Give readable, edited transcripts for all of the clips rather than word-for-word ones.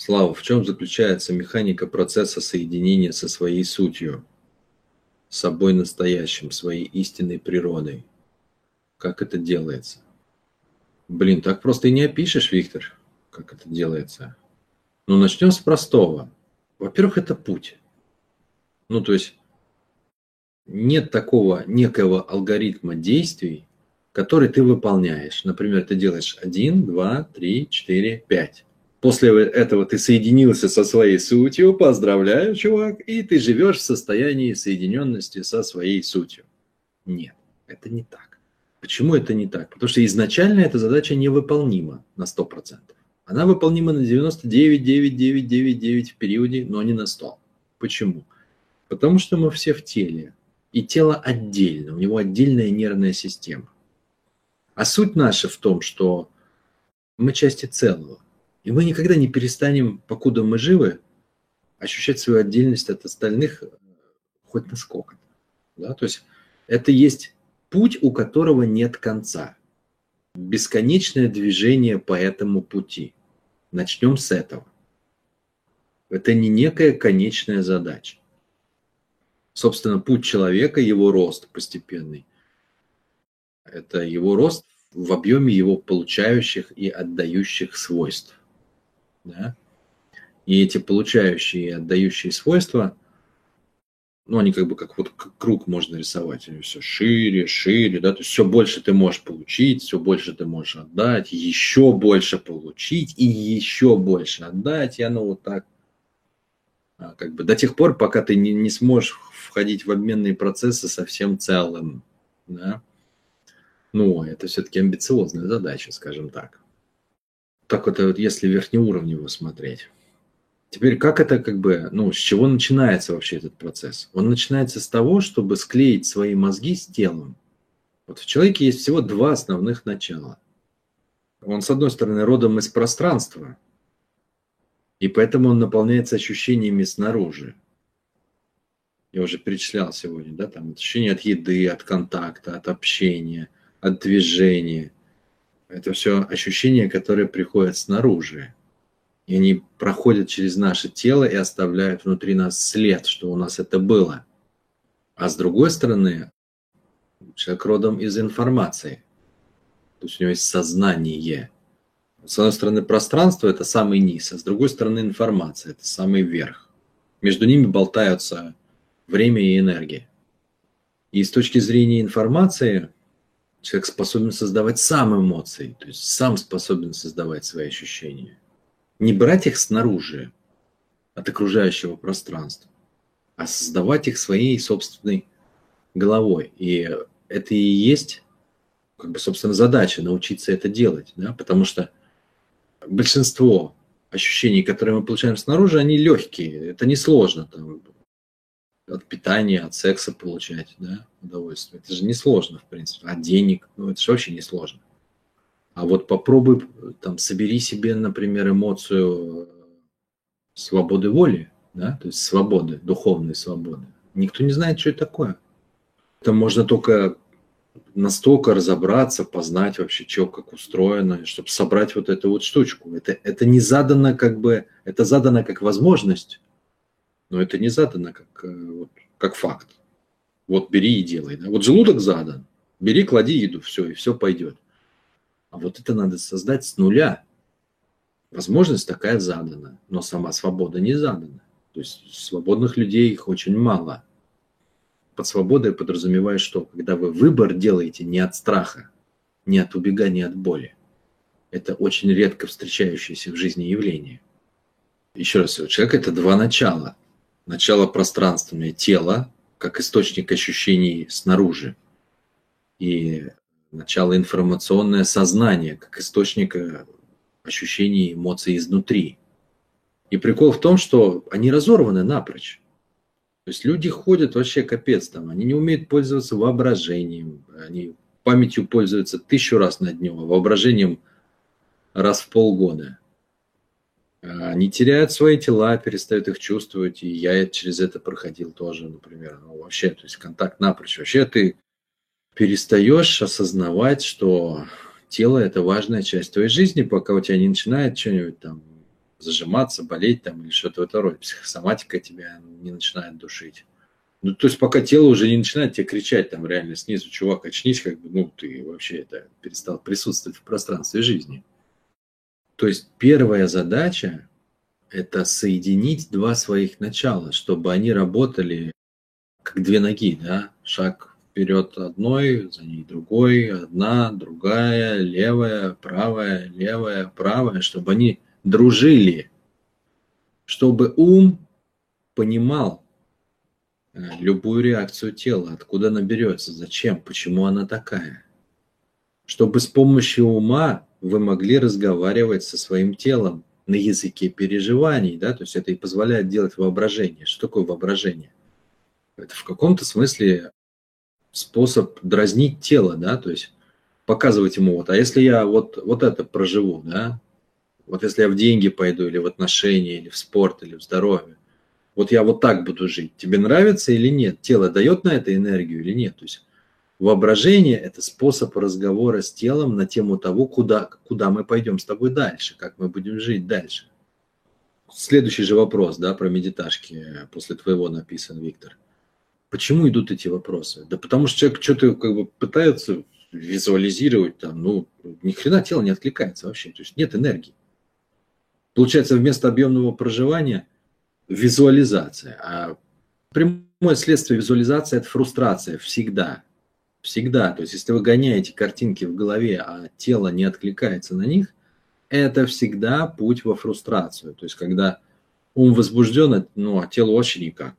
Слава, в чем заключается механика процесса соединения со своей сутью, с собой настоящим, своей истинной природой? Как это делается? Блин, так просто и не опишешь, Виктор, как это делается. Ну, начнем с простого. Во-первых, это путь. Ну, то есть нет такого некого алгоритма действий, который ты выполняешь. Например, ты делаешь 1, 2, 3, 4, 5. После этого ты соединился со своей сутью, поздравляю, чувак, и ты живешь в состоянии соединенности со своей сутью. Нет, это не так. Почему это не так? Потому что изначально эта задача невыполнима на 100%. Она выполнима на 99,9999 в периоде, но не на 100. Почему? Потому что мы все в теле. И тело отдельно, у него отдельная нервная система. А суть наша в том, что мы части целого. И мы никогда не перестанем, покуда мы живы, ощущать свою отдельность от остальных хоть насколько. Да? То есть это есть путь, у которого нет конца. Бесконечное движение по этому пути. Начнем с этого. Это не некая конечная задача. Собственно, путь человека, его рост постепенный, это его рост в объеме его получающих и отдающих свойств. Да? И эти получающие и отдающие свойства, ну, они как бы как вот круг можно рисовать, они все шире, шире, да, то есть все больше ты можешь получить, все больше ты можешь отдать, еще больше получить и еще больше отдать, и оно вот так, как бы до тех пор, пока ты не сможешь входить в обменные процессы со всем целым, да. Ну, это все-таки амбициозная задача, скажем так. Так вот если верхнеуровнево смотреть. Теперь как это как бы, ну, с чего начинается вообще этот процесс? Он начинается с того, чтобы склеить свои мозги с телом. Вот в человеке есть всего два основных начала. Он, с одной стороны, родом из пространства, и поэтому он наполняется ощущениями снаружи. Я уже перечислял сегодня, да, там ощущения от еды, от контакта, от общения, от движения. Это все ощущения, которые приходят снаружи. И они проходят через наше тело и оставляют внутри нас след, что у нас это было. А с другой стороны, человек родом из информации. То есть у него есть сознание. С одной стороны, пространство – это самый низ, а с другой стороны, информация – это самый верх. Между ними болтаются время и энергия. И с точки зрения информации человек способен создавать сам эмоции, то есть сам способен создавать свои ощущения. Не брать их снаружи, от окружающего пространства, а создавать их своей собственной головой. И это и есть, как бы, собственно, задача научиться это делать, да? Потому что большинство ощущений, которые мы получаем снаружи, они легкие, это несложно. Там, от питания, от секса получать, да, удовольствие. Это же несложно, в принципе. От денег, ну это же вообще несложно. А вот попробуй, там, собери себе, например, эмоцию свободы воли, да, то есть свободы, духовной свободы. Никто не знает, что это такое. Это можно только настолько разобраться, познать вообще, что как устроено, чтобы собрать вот эту вот штучку. Это не задано как бы, это задано как возможность, но это не задано как, вот, как факт. Вот бери и делай. Да? Вот желудок задан, бери, клади еду, все, и все пойдет. А вот это надо создать с нуля. Возможность такая задана, но сама свобода не задана. То есть свободных людей их очень мало. Под свободой подразумеваю, что когда вы выбор делаете не от страха, не от убегания от боли. Это очень редко встречающееся в жизни явление. Еще раз, у человека это два начала. Начало пространственное, тело, как источник ощущений снаружи. И начало информационное, сознание, как источник ощущений, эмоций изнутри. И прикол в том, что они разорваны напрочь. То есть люди ходят вообще капец там, они не умеют пользоваться воображением, они памятью пользуются 1000 раз на дню, а воображением раз в полгода. Они теряют свои тела, перестают их чувствовать, и я через это проходил тоже, например. Ну, вообще, то есть контакт напрочь. Вообще ты перестаешь осознавать, что тело – это важная часть твоей жизни, пока у тебя не начинает что-нибудь там зажиматься, болеть там или что-то в этом роде. Психосоматика тебя не начинает душить. Ну, то есть пока тело уже не начинает тебе кричать там реально снизу, чувак, очнись, как бы, ну, ты вообще это перестал присутствовать в пространстве жизни. То есть первая задача – это соединить два своих начала, чтобы они работали как две ноги, да, шаг вперед одной, за ней другой, одна, другая, левая, правая, чтобы они дружили, чтобы ум понимал любую реакцию тела, откуда она берется, зачем, почему она такая. Чтобы с помощью ума вы могли разговаривать со своим телом на языке переживаний, да, то есть это и позволяет делать воображение. Что такое воображение? Это в каком-то смысле способ дразнить тело, да, то есть показывать ему, вот, а если я вот это проживу, да, вот если я в деньги пойду, или в отношения, или в спорт, или в здоровье, вот я вот так буду жить, тебе нравится или нет? Тело дает на это энергию или нет? То есть воображение – это способ разговора с телом на тему того, куда мы пойдем с тобой дальше, как мы будем жить дальше. Следующий же вопрос, да, про медиташки после твоего написан, Виктор. Почему идут эти вопросы? Да потому что человек что-то как бы пытается визуализировать, там, ну, ни хрена тело не откликается вообще, то есть нет энергии. Получается, вместо объемного проживания визуализация. А прямое следствие визуализации – это фрустрация всегда. Всегда. То есть, если вы гоняете картинки в голове, а тело не откликается на них, это всегда путь во фрустрацию. То есть, когда ум возбужден, ну, а тело очень никак.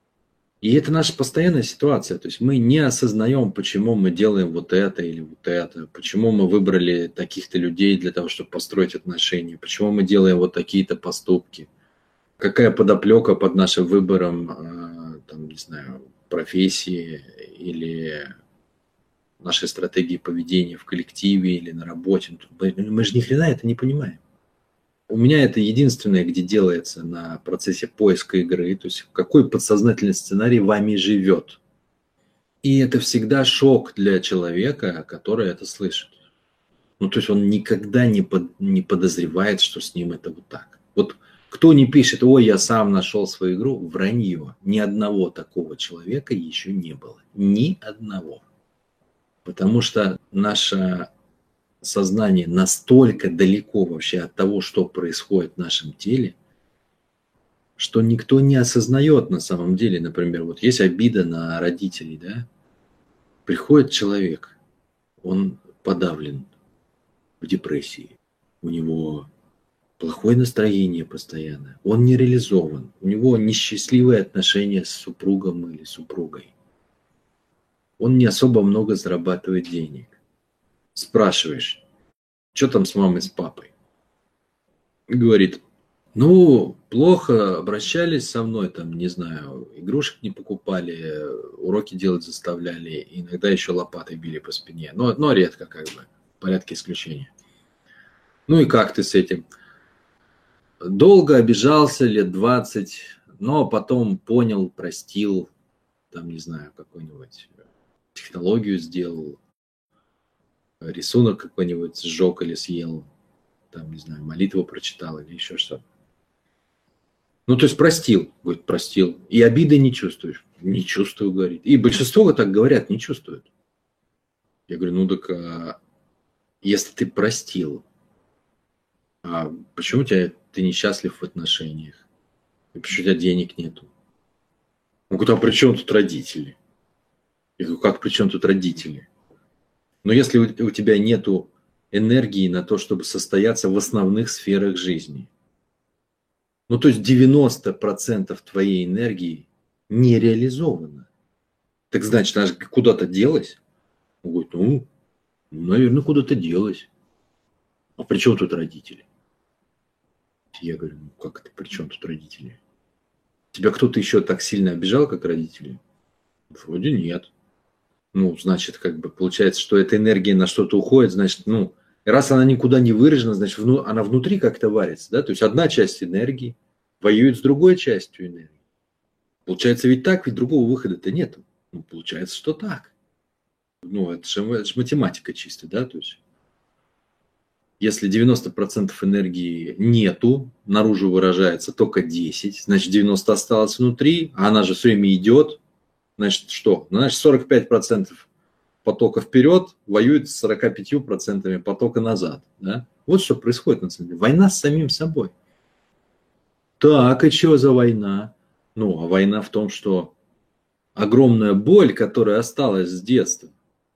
И это наша постоянная ситуация. То есть мы не осознаем, почему мы делаем вот это или вот это, почему мы выбрали таких-то людей для того, чтобы построить отношения, почему мы делаем вот такие-то поступки, какая подоплека под нашим выбором, там, не знаю, профессии или нашей стратегии поведения в коллективе или на работе. Мы же ни хрена это не понимаем. У меня это единственное, где делается на процессе поиска игры, то есть какой подсознательный сценарий вами живет. И это всегда шок для человека, который это слышит. Ну, то есть он никогда не подозревает, что с ним это вот так. Вот кто не пишет, ой, я сам нашел свою игру, вранье. Ни одного такого человека еще не было. Ни одного. Потому что наше сознание настолько далеко вообще от того, что происходит в нашем теле, что никто не осознает на самом деле. Например, вот есть обида на родителей, да? Приходит человек, он подавлен, в депрессии, у него плохое настроение постоянно, он не реализован, у него несчастливые отношения с супругом или супругой, он не особо много зарабатывает денег. Спрашиваешь, что там с мамой, с папой? Говорит, ну, плохо обращались со мной, там, не знаю, игрушек не покупали, уроки делать заставляли, иногда еще лопатой били по спине, но редко как бы, в порядке исключения. Ну и как ты с этим? Долго обижался, лет 20, но потом понял, простил, там, не знаю, какую-нибудь технологию сделал, рисунок какой-нибудь сжег или съел, там, не знаю, молитву прочитал или еще что-то. Ну, то есть простил, говорит, простил. И обиды не чувствуешь? Не чувствую, говорит. И большинство так говорят, не чувствуют. Я говорю, ну так, если ты простил, а почему ты несчастлив в отношениях? И почему у тебя денег нету? Он говорит, а при чем тут родители? Я говорю, как при чем тут родители? Но если у тебя нету энергии на то, чтобы состояться в основных сферах жизни, ну то есть 90% твоей энергии не реализовано, так значит, она же куда-то делась? Он говорит, ну, наверное, куда-то делась. А при чем тут родители? Я говорю, ну как это, при чем тут родители? Тебя кто-то еще так сильно обижал, как родители? Вроде нет. Ну, значит, как бы получается, что эта энергия на что-то уходит, значит, ну, раз она никуда не выражена, значит, она внутри как-то варится, да? То есть одна часть энергии воюет с другой частью энергии. Получается ведь так, ведь другого выхода-то нет. Ну, получается, что так. Ну, это же математика чистая, да, то есть. Если 90% энергии нету, наружу выражается только 10, значит 90 осталось внутри, а она же все время идет, значит что? Значит 45% потока вперед воюет с 45% потока назад. Да? Вот что происходит на самом деле. Война с самим собой. Так, и что за война? Ну, а война в том, что огромная боль, которая осталась с детства,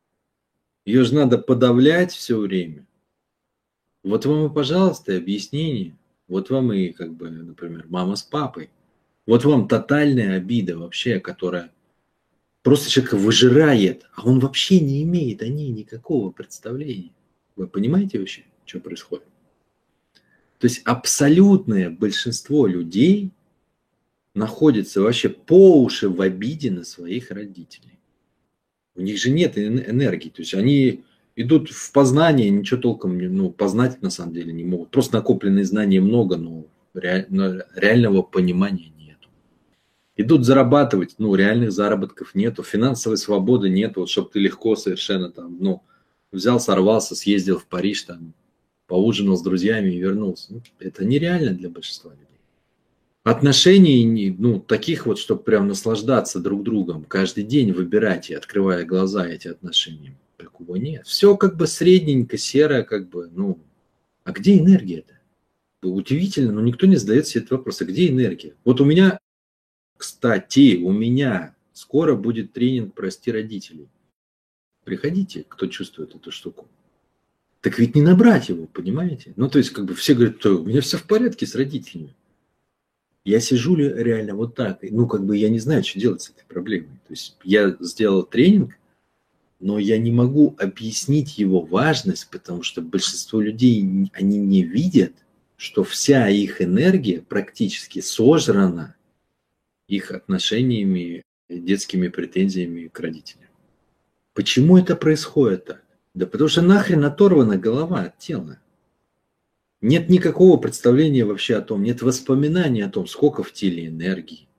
ее же надо подавлять все время. Вот вам и, пожалуйста, объяснение. Вот вам и, как бы, например, мама с папой. Вот вам тотальная обида вообще, которая просто человека выжирает, а он вообще не имеет о ней никакого представления. Вы понимаете вообще, что происходит? То есть абсолютное большинство людей находится вообще по уши в обиде на своих родителей. У них же нет энергии, то есть они идут в познание, ничего толком познать на самом деле не могут. Просто накопленные знания много, но реального понимания нет. Идут зарабатывать, реальных заработков нету, финансовой свободы нету, вот чтобы ты легко совершенно там, взял, сорвался, съездил в Париж, там, поужинал с друзьями и вернулся. Это нереально для большинства людей. Отношений, таких вот, чтобы прям наслаждаться друг другом, каждый день выбирать и открывая глаза эти отношения, такого нет. Все как бы средненько, серое, как бы, а где энергия-то? Удивительно, но никто не задает себе этот вопрос, а где энергия? Вот у меня, кстати, скоро будет тренинг «Прости родителей». Приходите, кто чувствует эту штуку. Так ведь не набрать его, понимаете? То есть, как бы все говорят, у меня все в порядке с родителями. Я сижу реально вот так, я не знаю, что делать с этой проблемой. То есть я сделал тренинг, но я не могу объяснить его важность, потому что большинство людей, они не видят, что вся их энергия практически сожрана их отношениями, детскими претензиями к родителям. Почему это происходит так? Да потому что нахрен оторвана голова от тела. Нет никакого представления вообще о том, нет воспоминаний о том, сколько в теле энергии.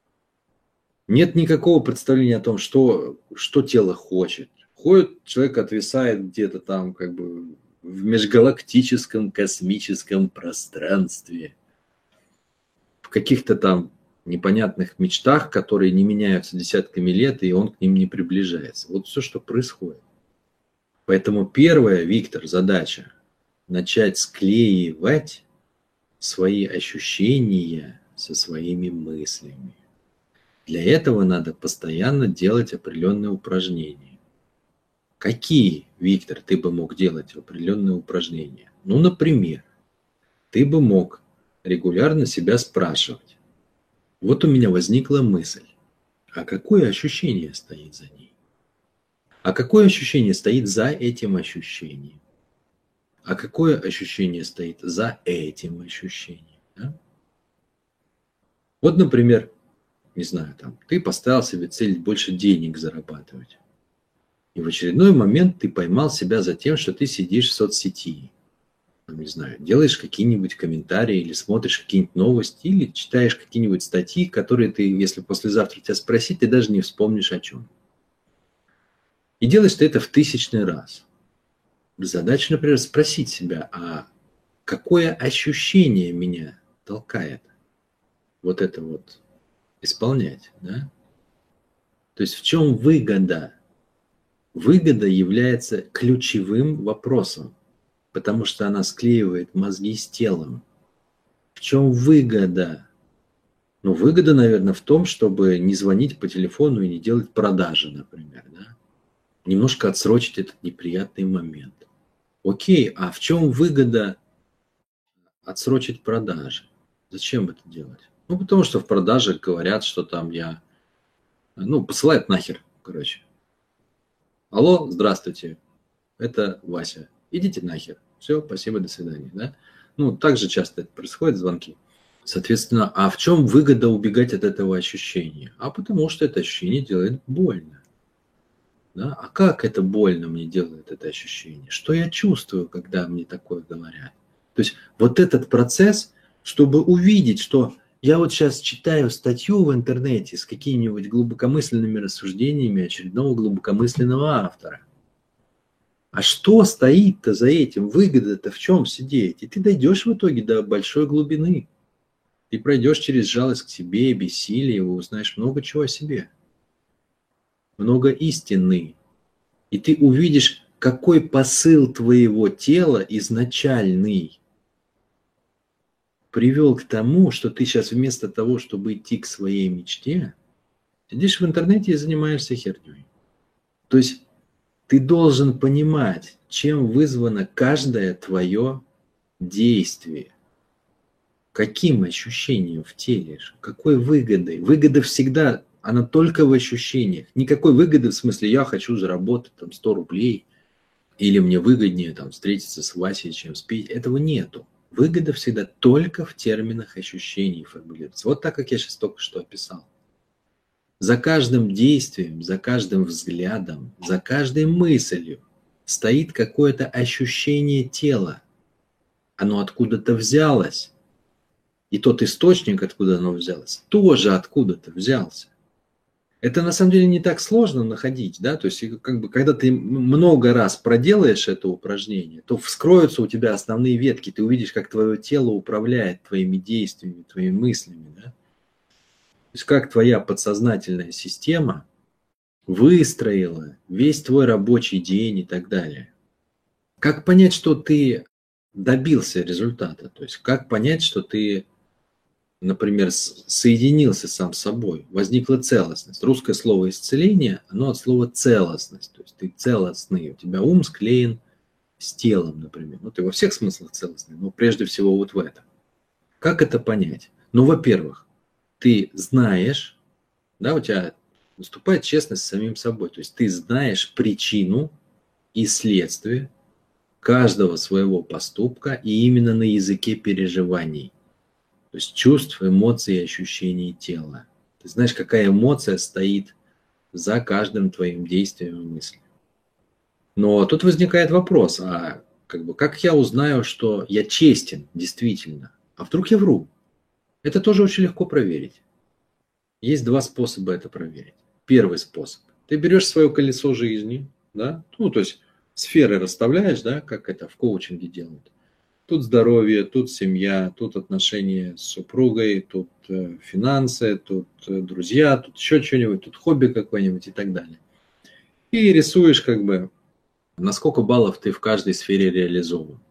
Нет никакого представления о том, что тело хочет. Ходит, человек отвисает где-то там как бы в межгалактическом космическом пространстве. В каких-то там непонятных мечтах, которые не меняются десятками лет, и он к ним не приближается. Вот все, что происходит. Поэтому первая, Виктор, задача – начать склеивать свои ощущения со своими мыслями. Для этого надо постоянно делать определенные упражнения. Какие, Виктор, ты бы мог делать определенные упражнения? Например, ты бы мог регулярно себя спрашивать. Вот у меня возникла мысль. А какое ощущение стоит за ней? А какое ощущение стоит за этим ощущением? А какое ощущение стоит за этим ощущением? Да? Вот, например, не знаю, ты поставил себе цель больше денег зарабатывать. И в очередной момент ты поймал себя за тем, что ты сидишь в соцсети. Не знаю, делаешь какие-нибудь комментарии или смотришь какие-нибудь новости, или читаешь какие-нибудь статьи, которые ты, если послезавтра тебя спросить, ты даже не вспомнишь о чем. И делаешь ты это в 1000-й раз. Задача, например, спросить себя, а какое ощущение меня толкает вот это вот исполнять, да? То есть в чем выгода? Выгода является ключевым вопросом, потому что она склеивает мозги с телом. В чем выгода? Выгода, наверное, в том, чтобы не звонить по телефону и не делать продажи, например, да? Немножко отсрочить этот неприятный момент. Окей, а в чем выгода отсрочить продажи? Зачем это делать? Потому что в продажах говорят, что там посылают нахер, короче. Алло, здравствуйте, это Вася. Идите нахер. Все, спасибо, до свидания. Да? Так же часто это происходит, звонки. Соответственно, а в чем выгода убегать от этого ощущения? А потому что это ощущение делает больно. Да? А как это больно мне делает это ощущение? Что я чувствую, когда мне такое говорят? То есть вот этот процесс, чтобы увидеть, что я вот сейчас читаю статью в интернете с какими-нибудь глубокомысленными рассуждениями очередного глубокомысленного автора. А что стоит-то за этим? Выгода-то в чем сидеть? И ты дойдешь в итоге до большой глубины. Ты пройдешь через жалость к себе, бессилие, и узнаешь много чего о себе. Много истины. И ты увидишь, какой посыл твоего тела изначальный привел к тому, что ты сейчас вместо того, чтобы идти к своей мечте, сидишь в интернете и занимаешься херней. То есть ты должен понимать, чем вызвано каждое твое действие. Каким ощущением в теле, какой выгодой. Выгода всегда, она только в ощущениях. Никакой выгоды в смысле я хочу заработать там 100 рублей, или мне выгоднее там встретиться с Васей, чем с Петей. Этого нету. Выгода всегда только в терминах ощущений формулируется. Вот так, как я сейчас только что описал. За каждым действием, за каждым взглядом, за каждой мыслью стоит какое-то ощущение тела. Оно откуда-то взялось. И тот источник, откуда оно взялось, тоже откуда-то взялся. Это на самом деле не так сложно находить, да, то есть как бы, когда ты много раз проделаешь это упражнение, то вскроются у тебя основные ветки, ты увидишь, как твое тело управляет твоими действиями, твоими мыслями, да. То есть как твоя подсознательная система выстроила весь твой рабочий день и так далее. Как понять, что ты добился результата, то есть как понять, что ты, например, соединился сам с собой, возникла целостность. Русское слово «исцеление», оно от слова «целостность». То есть ты целостный, у тебя ум склеен с телом, например. Ну, ты во всех смыслах целостный, но прежде всего вот в этом. Как это понять? Ну, во-первых, ты знаешь, да, у тебя наступает честность с самим собой. То есть ты знаешь причину и следствие каждого своего поступка и именно на языке переживаний. То есть чувств, эмоций и ощущений тела. Ты знаешь, какая эмоция стоит за каждым твоим действием и мыслью. Но тут возникает вопрос, а как я узнаю, что я честен действительно? А вдруг я вру? Это тоже очень легко проверить. Есть два способа это проверить. Первый способ. Ты берешь свое колесо жизни, да, ну, то есть сферы расставляешь, да, как это в коучинге делают. Тут здоровье, тут семья, тут отношения с супругой, тут финансы, тут друзья, тут еще что-нибудь, тут хобби какое-нибудь и так далее. И рисуешь как бы, на сколько баллов ты в каждой сфере реализован.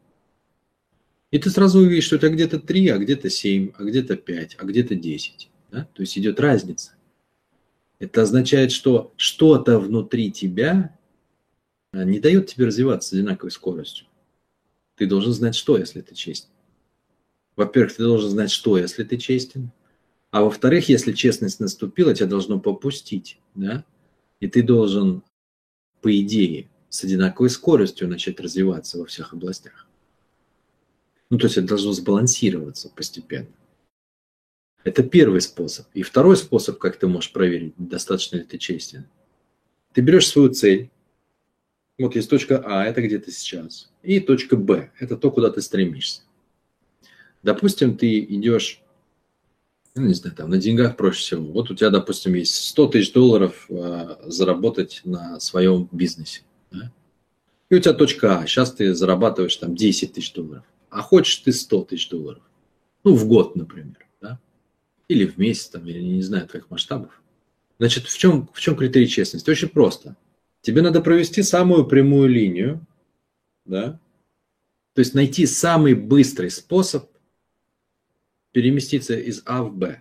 И ты сразу увидишь, что у тебя где-то 3, а где-то 7, а где-то 5, а где-то 10. Да? То есть идет разница. Это означает, что что-то внутри тебя не дает тебе развиваться с одинаковой скоростью. Ты должен знать, что, если ты честен. Во-первых, ты должен знать, что, если ты честен. А во-вторых, если честность наступила, тебя должно попустить. Да? И ты должен, по идее, с одинаковой скоростью начать развиваться во всех областях. Ну, то есть это должно сбалансироваться постепенно. Это первый способ. И второй способ, как ты можешь проверить, достаточно ли ты честен. Ты берешь свою цель. Вот есть точка А, это где ты сейчас. И точка Б, это то, куда ты стремишься. Допустим, ты идешь, ну, не знаю, там на деньгах проще всего. Вот у тебя, допустим, есть 100 тысяч долларов заработать на своем бизнесе. Да? И у тебя точка А, сейчас ты зарабатываешь там 10 тысяч долларов. А хочешь ты 100 тысяч долларов. Ну, в год, например. Да? Или в месяц, там, или не знаю твоих масштабов. Значит, в чем критерий честности? Очень просто. Тебе надо провести самую прямую линию, да? То есть найти самый быстрый способ переместиться из А в Б.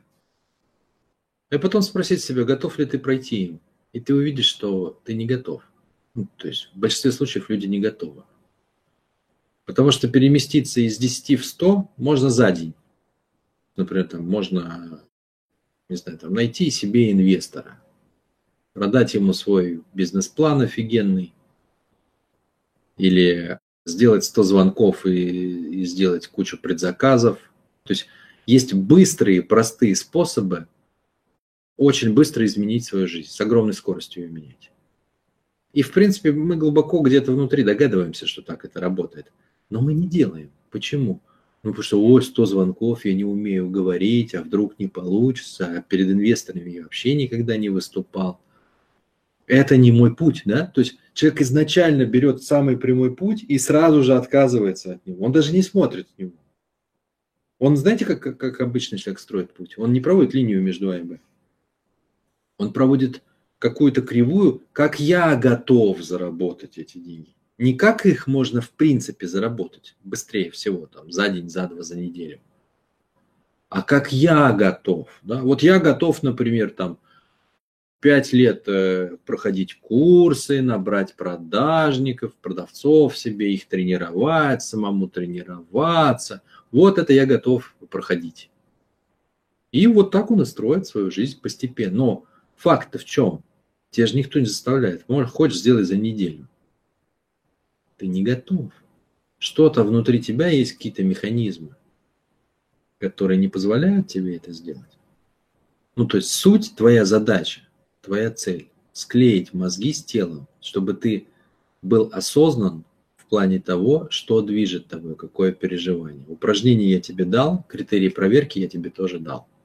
И потом спросить себя, готов ли ты пройти им. И ты увидишь, что ты не готов. Ну, то есть в большинстве случаев люди не готовы. Потому что переместиться из 10 в 100 можно за день. Например, там можно, не знаю, там, найти себе инвестора, продать ему свой бизнес-план офигенный, или сделать 100 звонков и сделать кучу предзаказов. То есть есть быстрые, простые способы очень быстро изменить свою жизнь, с огромной скоростью ее менять. И, в принципе, мы глубоко где-то внутри догадываемся, что так это работает. Но мы не делаем. Почему? Ну, потому что, ой, 100 звонков, я не умею говорить, а вдруг не получится, а перед инвесторами я вообще никогда не выступал. Это не мой путь, да? То есть человек изначально берет самый прямой путь и сразу же отказывается от него. Он даже не смотрит в него. Он, знаете, как обычный человек строит путь? Он не проводит линию между А и Б. Он проводит какую-то кривую, как я готов заработать эти деньги. Не как их можно в принципе заработать быстрее всего, там, за день, за два, за неделю, а как я готов. Да? Вот я готов, например, там, 5 лет проходить курсы, набрать продажников, продавцов себе, их тренировать, самому тренироваться. Вот это я готов проходить. И вот так он и строит свою жизнь постепенно. Но факт-то в чем? Тебя же никто не заставляет. Может, хочешь, сделай за неделю. Ты не готов. Что-то внутри тебя есть, какие-то механизмы, которые не позволяют тебе это сделать. Ну, то есть суть, твоя задача, твоя цель – склеить мозги с телом, чтобы ты был осознан в плане того, что движет тобой, какое переживание. Упражнение я тебе дал, критерии проверки я тебе тоже дал.